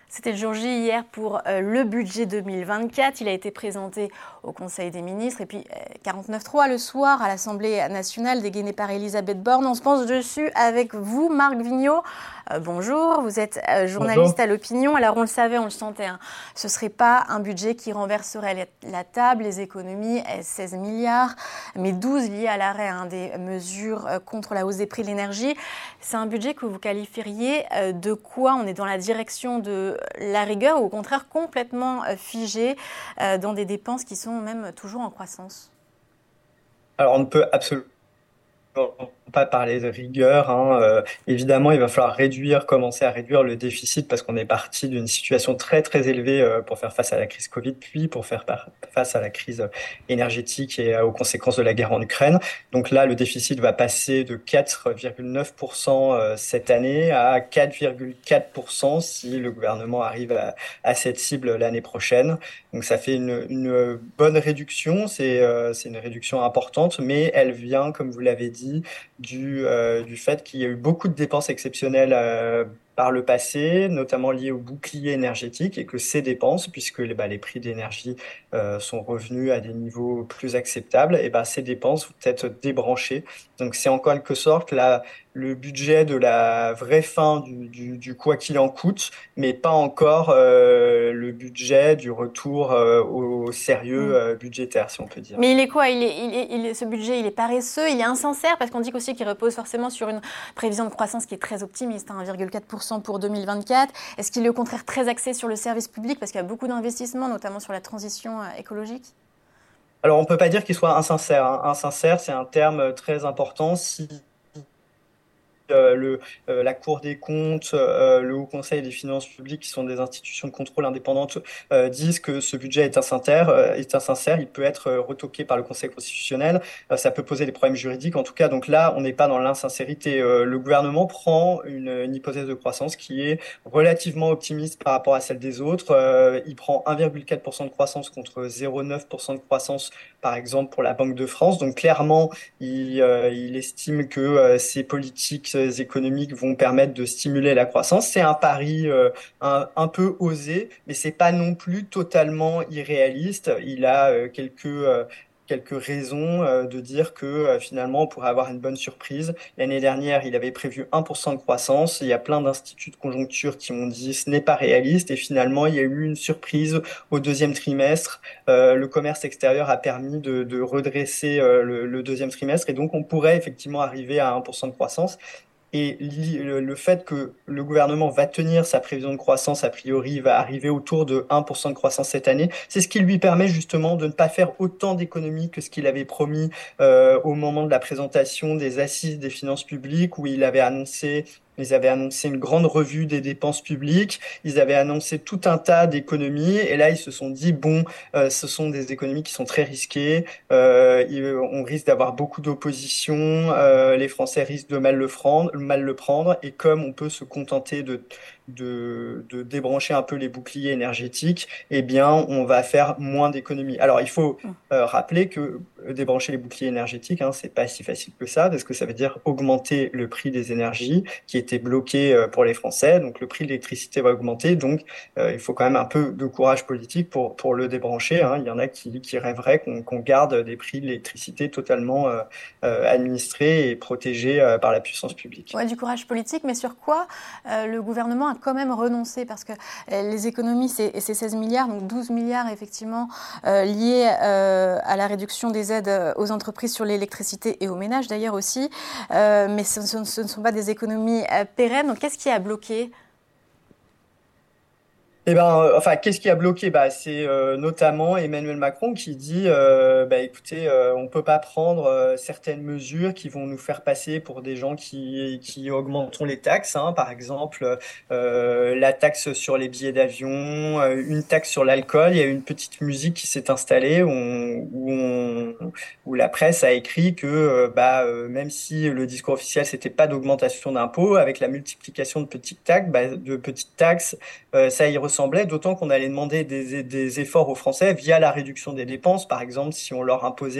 C'était le jour J hier pour le budget 2024. Il a été présenté au Conseil des ministres. Et puis 49.3 le soir à l'Assemblée nationale, dégainé par Elisabeth Borne. On se penche dessus avec vous, Marc Vigneault. Bonjour, vous êtes journaliste Bonjour. à l'Opinion. Alors on le savait, on le sentait, hein. Ce ne serait pas un budget qui renverserait la table, les économies, 16 milliards, mais 12 liés à l'arrêt des mesures contre la hausse des prix de l'énergie. C'est un budget que vous qualifieriez de quoi? On est dans la direction de la rigueur ou au contraire complètement figé dans des dépenses qui sont même toujours en croissance? Alors, on ne peut absolument pas parler de rigueur, hein. Évidemment, il va falloir commencer à réduire le déficit parce qu'on est parti d'une situation très très élevée pour faire face à la crise Covid, puis pour faire face à la crise énergétique et aux conséquences de la guerre en Ukraine. Donc là, le déficit va passer de 4,9% cette année à 4,4% si le gouvernement arrive à cette cible l'année prochaine. Donc ça fait une bonne réduction, c'est une réduction importante, mais elle vient, comme vous l'avez dit, du fait qu'il y a eu beaucoup de dépenses exceptionnelles par le passé, notamment liées au bouclier énergétique, et que ces dépenses, puisque les prix d'énergie sont revenus à des niveaux plus acceptables, et ben, ces dépenses vont être débranchées. Donc c'est en quelque sorte le budget de la vraie fin du quoi qu'il en coûte, mais pas encore le budget du retour au sérieux budgétaire, si on peut dire. Mais il est quoi? Ce budget, il est paresseux, il est insincère, parce qu'on dit aussi qu'il repose forcément sur une prévision de croissance qui est très optimiste, 1,4% pour 2024. Est-ce qu'il est au contraire très axé sur le service public, parce qu'il y a beaucoup d'investissements, notamment sur la transition écologique? Alors, on peut pas dire qu'il soit insincère, hein. Insincère, c'est un terme très important. Si la Cour des comptes, le Haut Conseil des finances publiques, qui sont des institutions de contrôle indépendantes, disent que ce budget est insincère, il peut être retoqué par le Conseil constitutionnel, ça peut poser des problèmes juridiques en tout cas. Donc là, on n'est pas dans l'insincérité. Le gouvernement prend une hypothèse de croissance qui est relativement optimiste par rapport à celle des autres. Il prend 1,4% de croissance contre 0,9% de croissance, par exemple, pour la Banque de France. Donc clairement, il estime que ces politiques économiques vont permettre de stimuler la croissance. C'est un pari un peu osé, mais c'est pas non plus totalement irréaliste. Il a quelques raisons de dire que finalement on pourrait avoir une bonne surprise. L'année dernière, il avait prévu 1% de croissance. Il y a plein d'instituts de conjoncture qui ont dit ce n'est pas réaliste et finalement il y a eu une surprise au deuxième trimestre. Le commerce extérieur a permis de redresser le deuxième trimestre et donc on pourrait effectivement arriver à 1% de croissance. Et le fait que le gouvernement va tenir sa prévision de croissance, a priori, va arriver autour de 1% de croissance cette année, c'est ce qui lui permet justement de ne pas faire autant d'économies que ce qu'il avait promis au moment de la présentation des assises des finances publiques, où ils avaient annoncé une grande revue des dépenses publiques, ils avaient annoncé tout un tas d'économies, et là ils se sont dit, bon, ce sont des économies qui sont très risquées, on risque d'avoir beaucoup d'opposition, les Français risquent de mal le prendre, et comme on peut se contenter de débrancher un peu les boucliers énergétiques, eh bien, on va faire moins d'économies. Alors, il faut rappeler que débrancher les boucliers énergétiques, hein, c'est pas si facile que ça, parce que ça veut dire augmenter le prix des énergies qui était bloqué pour les Français. Donc, le prix de l'électricité va augmenter. Donc, il faut quand même un peu de courage politique pour le débrancher, hein. Il y en a qui rêveraient qu'on garde des prix de l'électricité totalement administrés et protégés par la puissance publique. Ouais, du courage politique, mais sur quoi le gouvernement a quand même renoncé? Parce que les économies, c'est 16 milliards, donc 12 milliards effectivement liés à la réduction des aides aux entreprises sur l'électricité et aux ménages d'ailleurs aussi. Mais ce ne sont pas des économies pérennes. Donc qu'est-ce qui a bloqué? Eh ben, enfin, qu'est-ce qui a bloqué? Bah, c'est notamment Emmanuel Macron qui dit, bah, écoutez, on peut pas prendre certaines mesures qui vont nous faire passer pour des gens qui augmenteront les taxes, hein. Par exemple, la taxe sur les billets d'avion, une taxe sur l'alcool. Il y a une petite musique qui s'est installée où la presse a écrit que, même si le discours officiel c'était pas d'augmentation d'impôts, avec la multiplication de petites taxes, ça y ressemblait, d'autant qu'on allait demander des efforts aux Français via la réduction des dépenses. Par exemple, si on leur imposait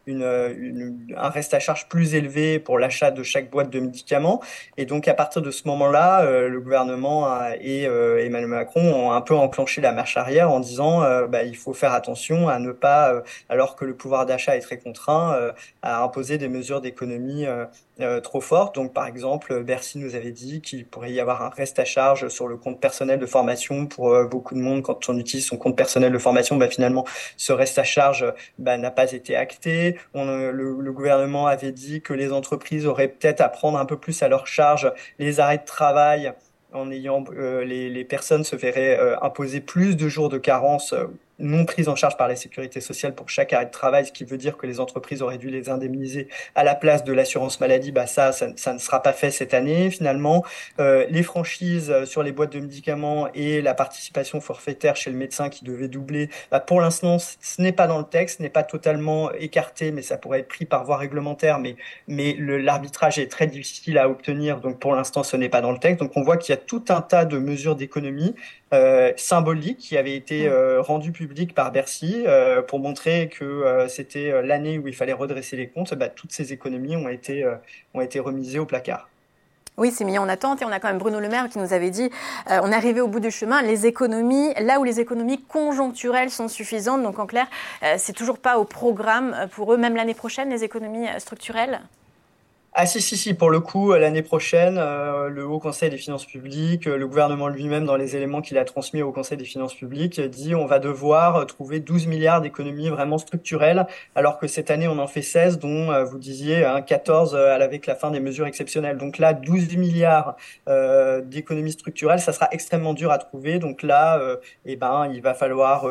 un reste à charge plus élevé pour l'achat de chaque boîte de médicaments. Et donc, à partir de ce moment-là, le gouvernement et Emmanuel Macron ont un peu enclenché la marche arrière en disant il faut faire attention à ne pas, alors que le pouvoir d'achat est très contraint, à imposer des mesures d'économie trop fortes. Donc, par exemple, Bercy nous avait dit qu'il pourrait y avoir un reste à charge sur le compte personnel de formation pour beaucoup de monde. Quand on utilise son compte personnel de formation, finalement, ce reste à charge n'a pas été acté. Le gouvernement avait dit que les entreprises auraient peut-être à prendre un peu plus à leur charge les arrêts de travail en ayant les personnes se verraient imposer plus de jours de carence non pris en charge par la sécurité sociale pour chaque arrêt de travail, ce qui veut dire que les entreprises auraient dû les indemniser à la place de l'assurance maladie. Ça ne sera pas fait cette année finalement. Les franchises sur les boîtes de médicaments et la participation forfaitaire chez le médecin qui devait doubler, pour l'instant, ce n'est pas dans le texte, ce n'est pas totalement écarté, mais ça pourrait être pris par voie réglementaire. Mais l'arbitrage est très difficile à obtenir, donc pour l'instant, ce n'est pas dans le texte. Donc on voit qu'il y a tout un tas de mesures d'économie symboliques qui avaient été rendues publiques par Bercy pour montrer que c'était l'année où il fallait redresser les comptes. Toutes ces économies ont été remisées au placard. Oui, c'est mis en attente et on a quand même Bruno Le Maire qui nous avait dit on est arrivé au bout du chemin, les économies, là où les économies conjoncturelles sont suffisantes. Donc en clair, c'est toujours pas au programme pour eux, même l'année prochaine, les économies structurelles. Ah si, pour le coup, l'année prochaine, le Haut Conseil des finances publiques, le gouvernement lui-même, dans les éléments qu'il a transmis au Conseil des finances publiques, dit on va devoir trouver 12 milliards d'économies vraiment structurelles, alors que cette année, on en fait 16, dont vous disiez 14 avec la fin des mesures exceptionnelles. Donc là, 12 milliards d'économies structurelles, ça sera extrêmement dur à trouver. Donc là, il va falloir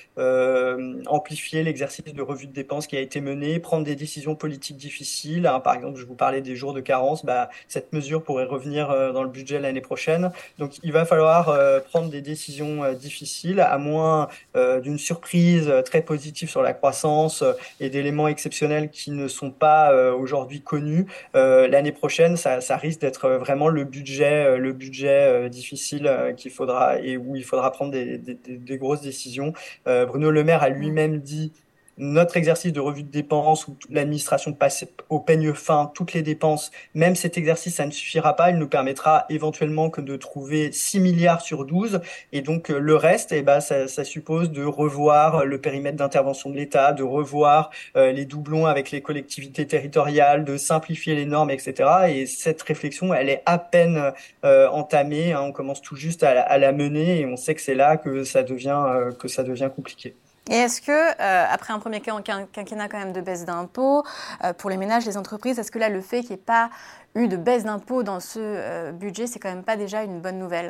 amplifier l'exercice de revue de dépenses qui a été mené, prendre des décisions politiques difficiles. Par exemple, je vous parlais des jours de carence, cette mesure pourrait revenir dans le budget l'année prochaine. Donc il va falloir prendre des décisions difficiles, à moins d'une surprise très positive sur la croissance et d'éléments exceptionnels qui ne sont pas aujourd'hui connus. L'année prochaine, ça risque d'être vraiment le budget difficile qu'il faudra et où il faudra prendre des grosses décisions. Bruno Le Maire a lui-même dit notre exercice de revue de dépenses où l'administration passe au peigne fin toutes les dépenses, même cet exercice, ça ne suffira pas. Il nous permettra éventuellement que de trouver 6 milliards sur 12. Et donc, le reste, ça suppose de revoir le périmètre d'intervention de l'État, de revoir les doublons avec les collectivités territoriales, de simplifier les normes, etc. Et cette réflexion, elle est à peine entamée. On commence tout juste à la mener et on sait que c'est là que ça devient compliqué. Et est-ce que, après un premier quinquennat quand même de baisse d'impôts, pour les ménages, les entreprises, est-ce que là, le fait qu'il n'y ait pas eu de baisse d'impôts dans ce budget, c'est quand même pas déjà une bonne nouvelle ?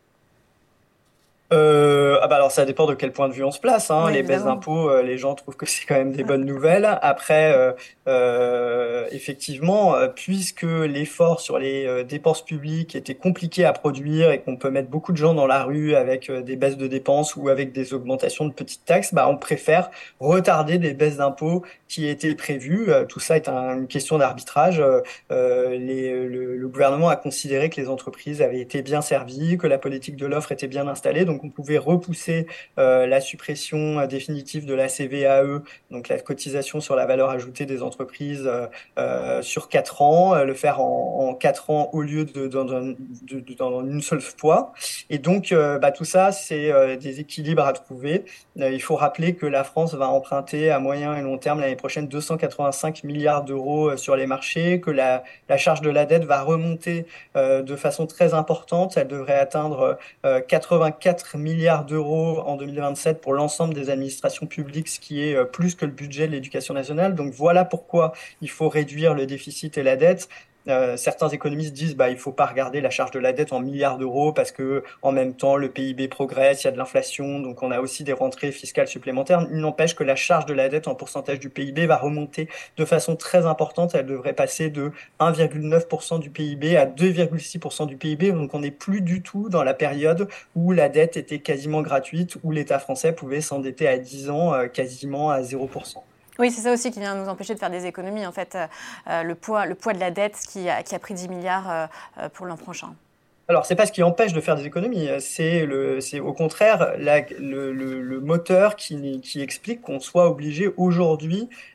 Alors ça dépend de quel point de vue on se place. Oui, Les baisses évidemment. d'impôts, les gens trouvent que c'est quand même des bonnes nouvelles. Après, effectivement, puisque l'effort sur les dépenses publiques était compliqué à produire et qu'on peut mettre beaucoup de gens dans la rue avec des baisses de dépenses ou avec des augmentations de petites taxes, on préfère retarder des baisses d'impôts qui étaient prévues. Tout ça est une question d'arbitrage. Le gouvernement a considéré que les entreprises avaient été bien servies, que la politique de l'offre était bien installée. Donc, on pouvait repousser la suppression définitive de la CVAE, donc la cotisation sur la valeur ajoutée des entreprises, sur 4 ans, le faire en 4 ans au lieu dans une seule fois. Et donc, tout ça, c'est des équilibres à trouver. Il faut rappeler que la France va emprunter à moyen et long terme l'année prochaine 285 milliards d'euros sur les marchés, que la charge de la dette va remonter de façon très importante. Elle devrait atteindre 84 milliards d'euros en 2027 pour l'ensemble des administrations publiques, ce qui est plus que le budget de l'éducation nationale. Donc voilà pourquoi il faut réduire le déficit et la dette. Certains économistes disent il faut pas regarder la charge de la dette en milliards d'euros parce que en même temps le PIB progresse, il y a de l'inflation, donc on a aussi des rentrées fiscales supplémentaires. Il n'empêche que la charge de la dette en pourcentage du PIB va remonter de façon très importante. Elle devrait passer de 1,9% du PIB à 2,6% du PIB. Donc on n'est plus du tout dans la période où la dette était quasiment gratuite, où l'État français pouvait s'endetter à 10 ans quasiment à 0%. Oui, c'est ça aussi qui vient nous empêcher de faire des économies. En fait, le poids de la dette qui a pris 10 milliards pour l'an prochain. Alors, c'est pas ce qui empêche de faire des économies, c'est au contraire le moteur qui explique qu'on soit obligé aujourd'hui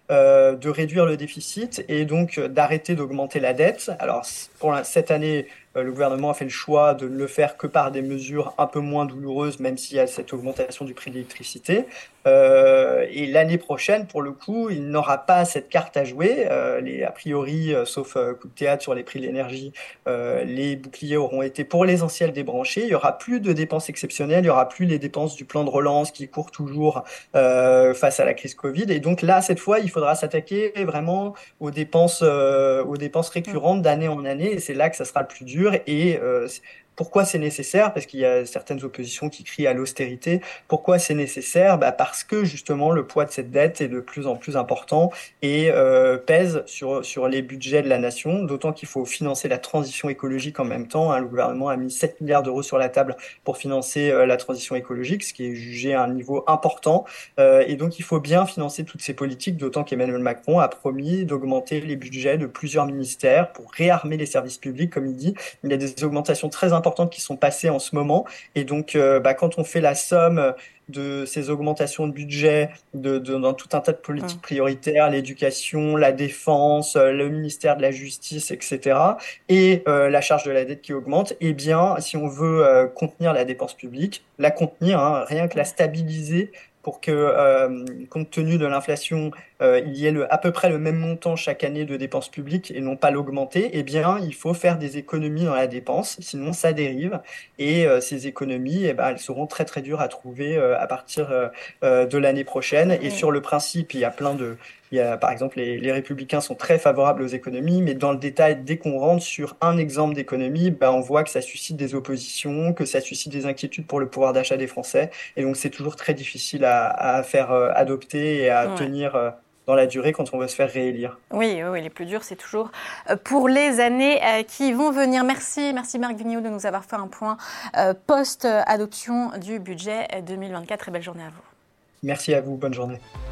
de réduire le déficit et donc d'arrêter d'augmenter la dette. Alors, pour cette année, le gouvernement a fait le choix de ne le faire que par des mesures un peu moins douloureuses, même s'il y a cette augmentation du prix de l'électricité. Et l'année prochaine, pour le coup, il n'aura pas cette carte à jouer. A priori, sauf coup de théâtre sur les prix de l'énergie, les boucliers auront été pour l'essentiel débranchés. Il n'y aura plus de dépenses exceptionnelles, il n'y aura plus les dépenses du plan de relance qui courent toujours face à la crise Covid. Et donc là, cette fois, il faudra s'attaquer vraiment aux dépenses récurrentes d'année en année. Et c'est là que ça sera le plus dur. Et pourquoi c'est nécessaire? Parce qu'il y a certaines oppositions qui crient à l'austérité. Pourquoi c'est nécessaire? Parce que justement le poids de cette dette est de plus en plus important et pèse sur les budgets de la nation, d'autant qu'il faut financer la transition écologique en même temps, hein. Le gouvernement a mis 7 milliards d'euros sur la table pour financer la transition écologique, ce qui est jugé à un niveau important. Et donc il faut bien financer toutes ces politiques, d'autant qu'Emmanuel Macron a promis d'augmenter les budgets de plusieurs ministères pour réarmer les services publics, comme il dit. Il y a des augmentations très importantes qui sont passées en ce moment. Et donc, quand on fait la somme de ces augmentations de budget dans tout un tas de politiques prioritaires, l'éducation, la défense, le ministère de la Justice, etc., et la charge de la dette qui augmente, eh bien, si on veut contenir la dépense publique, la contenir, hein, rien que la stabiliser, pour que, compte tenu de l'inflation, il y ait à peu près le même montant chaque année de dépenses publiques et non pas l'augmenter, eh bien, il faut faire des économies dans la dépense, sinon ça dérive. Et ces économies, eh ben, elles seront très très dures à trouver à partir de l'année prochaine. Et sur le principe, par exemple, les Républicains sont très favorables aux économies, mais dans le détail, dès qu'on rentre sur un exemple d'économie, ben, on voit que ça suscite des oppositions, que ça suscite des inquiétudes pour le pouvoir d'achat des Français. Et donc, c'est toujours très difficile à faire adopter et à tenir dans la durée quand on veut se faire réélire. Oui, les plus durs, c'est toujours pour les années qui vont venir. Merci Marc Vigneault de nous avoir fait un point post-adoption du budget 2024. Très belle journée à vous. Merci à vous, bonne journée.